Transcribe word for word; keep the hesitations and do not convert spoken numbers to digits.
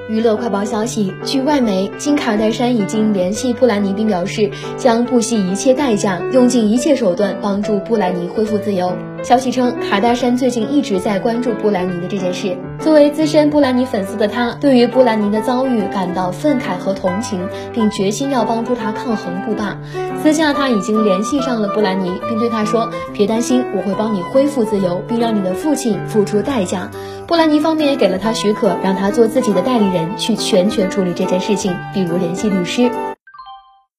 娱乐快报消息，据外媒，金卡尔戴珊已经联系布兰妮，并表示将不惜一切代价，用尽一切手段帮助布兰妮恢复自由。消息称，卡尔戴珊最近一直在关注布兰妮的这件事。作为资深布兰妮粉丝的她，对于布兰妮的遭遇感到愤慨和同情，并决心要帮助她抗衡不罢。私下，她已经联系上了布兰妮，并对她说：“别担心，我会帮你恢复自由，并让你的父亲付出代价。”布兰妮方面也给了她许可，让她做自己的代理人，去全权处理这件事情，比如联系律师。